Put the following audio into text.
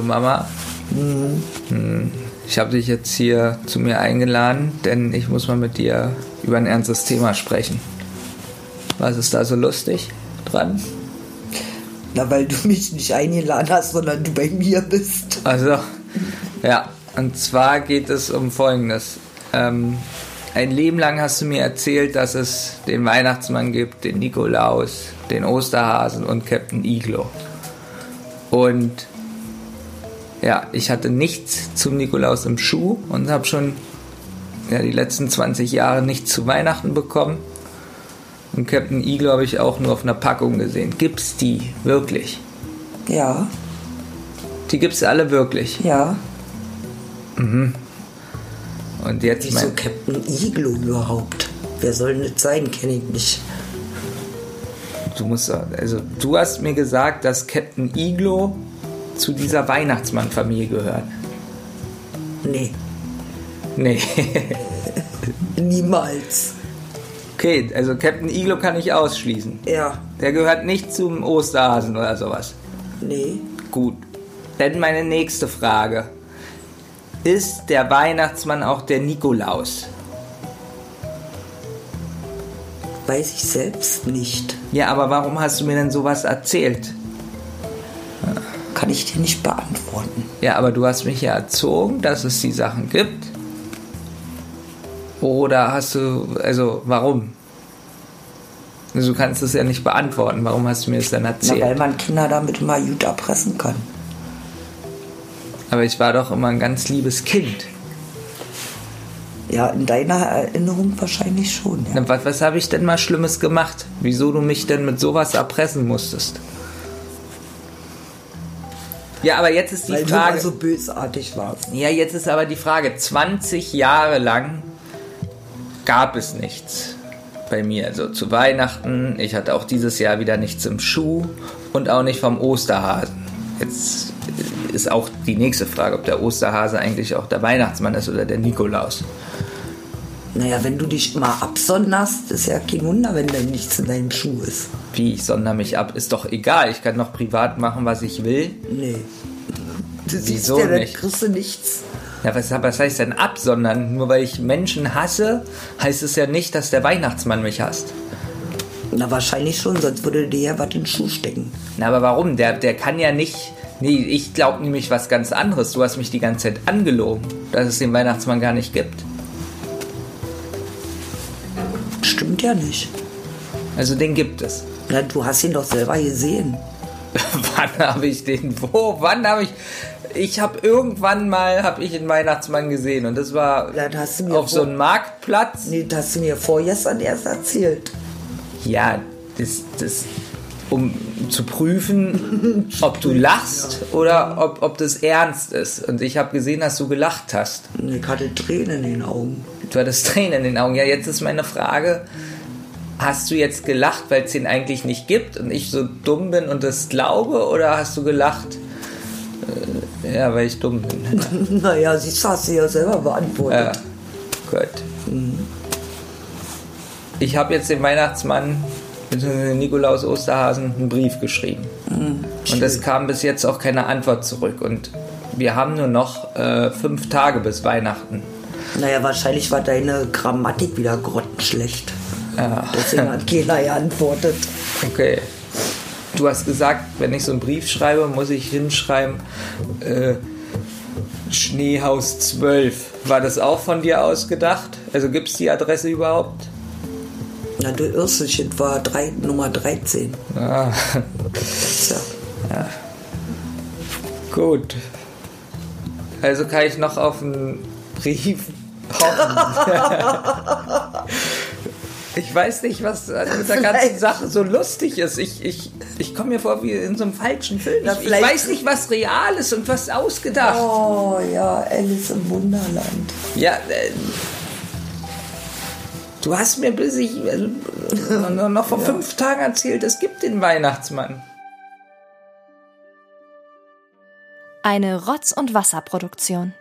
Mama. Ich habe dich jetzt hier zu mir eingeladen, denn ich muss mal mit dir über ein ernstes Thema sprechen. Was ist da so lustig dran? Na, weil du mich nicht eingeladen hast, sondern du bei mir bist. Also, ja. Und zwar geht es um Folgendes. Ein Leben lang hast du mir erzählt, dass es den Weihnachtsmann gibt, den Nikolaus, den Osterhasen und Captain Iglo. Und ja, ich hatte nichts zum Nikolaus im Schuh und habe schon die letzten 20 Jahre nichts zu Weihnachten bekommen. Und Captain Iglo habe ich auch nur auf einer Packung gesehen. Gibt's die wirklich? Ja. Die gibt's alle wirklich? Ja. Mhm. Und jetzt Wieso Captain Iglo überhaupt? Wer soll denn das sein? Kenne ich nicht. Du hast mir gesagt, dass Captain Iglo zu dieser Weihnachtsmann-Familie gehört. Nee. Nee. Niemals. Okay, also Captain Iglo kann ich ausschließen. Ja. Der gehört nicht zum Osterhasen oder sowas. Nee. Gut. Dann meine nächste Frage. Ist der Weihnachtsmann auch der Nikolaus? Weiß ich selbst nicht. Ja, aber warum hast du mir denn sowas erzählt? Kann ich dir nicht beantworten. Ja, aber du hast mich ja erzogen, dass es die Sachen gibt. Oder warum? Also, du kannst es ja nicht beantworten. Warum hast du mir das denn erzählt? Na, weil man Kinder damit immer gut erpressen kann. Aber ich war doch immer ein ganz liebes Kind. Ja, in deiner Erinnerung wahrscheinlich schon. Ja. Na, was habe ich denn mal Schlimmes gemacht? Wieso du mich denn mit sowas erpressen musstest? Ja, aber jetzt ist die Weil Frage... du mal so bösartig warst. Ja, jetzt ist aber die Frage, 20 Jahre lang gab es nichts bei mir. Also zu Weihnachten, ich hatte auch dieses Jahr wieder nichts im Schuh und auch nicht vom Osterhasen. Jetzt ist auch die nächste Frage, ob der Osterhase eigentlich auch der Weihnachtsmann ist oder der Nikolaus. Naja, wenn du dich mal absonderst, ist ja kein Wunder, wenn da nichts in deinem Schuh ist. Wie, ich sondere mich ab? Ist doch egal, ich kann noch privat machen, was ich will. Nee. Du siehst Wieso ja, dann nicht? kriegst du nichts. Ja, was heißt denn absondern? Nur weil ich Menschen hasse, heißt es ja nicht, dass der Weihnachtsmann mich hasst. Na, wahrscheinlich schon, sonst würde dir ja was in den Schuh stecken. Na, aber warum? Der kann ja nicht... Nee, ich glaube nämlich was ganz anderes. Du hast mich die ganze Zeit angelogen, dass es den Weihnachtsmann gar nicht gibt. Stimmt ja nicht. Also den gibt es. Na, du hast ihn doch selber gesehen. Wann habe ich den... Wo? Wann habe ich... Ich habe irgendwann mal den Weihnachtsmann gesehen und das war Ja, das hast du mir auf so einem Marktplatz. Nee, das hast du mir vorgestern erst erzählt. Ja, das um zu prüfen, ob du lachst oder ob das ernst ist. Und ich habe gesehen, dass du gelacht hast. Ich hatte Tränen in den Augen. Du hattest Tränen in den Augen. Ja, jetzt ist meine Frage, hast du jetzt gelacht, weil es den eigentlich nicht gibt und ich so dumm bin und das glaube, oder hast du gelacht, ja, weil ich dumm bin? Naja, siehst du, hast du ja selber beantwortet. Ja, gut. Ich habe jetzt dem Weihnachtsmann, bzw. Nikolaus Osterhasen, einen Brief geschrieben. Und es kam bis jetzt auch keine Antwort zurück. Und wir haben nur noch 5 Tage bis Weihnachten. Naja, wahrscheinlich war deine Grammatik wieder grottenschlecht. Ja. Deswegen hat keiner geantwortet. Okay. Du hast gesagt, wenn ich so einen Brief schreibe, muss ich hinschreiben, Schneehaus 12. War das auch von dir ausgedacht? Also gibt es die Adresse überhaupt? Na, du irrst dich, das war Nummer 13. Ah. Ja. Ja. Gut. Also kann ich noch auf einen Brief hoffen. Ich weiß nicht, was an dieser ganzen Sache so lustig ist. Ich komme mir vor wie in so einem falschen Film. Ich weiß nicht, was real ist und was ausgedacht. Oh ja, Alice im Wunderland. Ja, du hast mir noch vor 5 Tagen erzählt, es gibt den Weihnachtsmann. Eine Rotz- und Wasser-Produktion.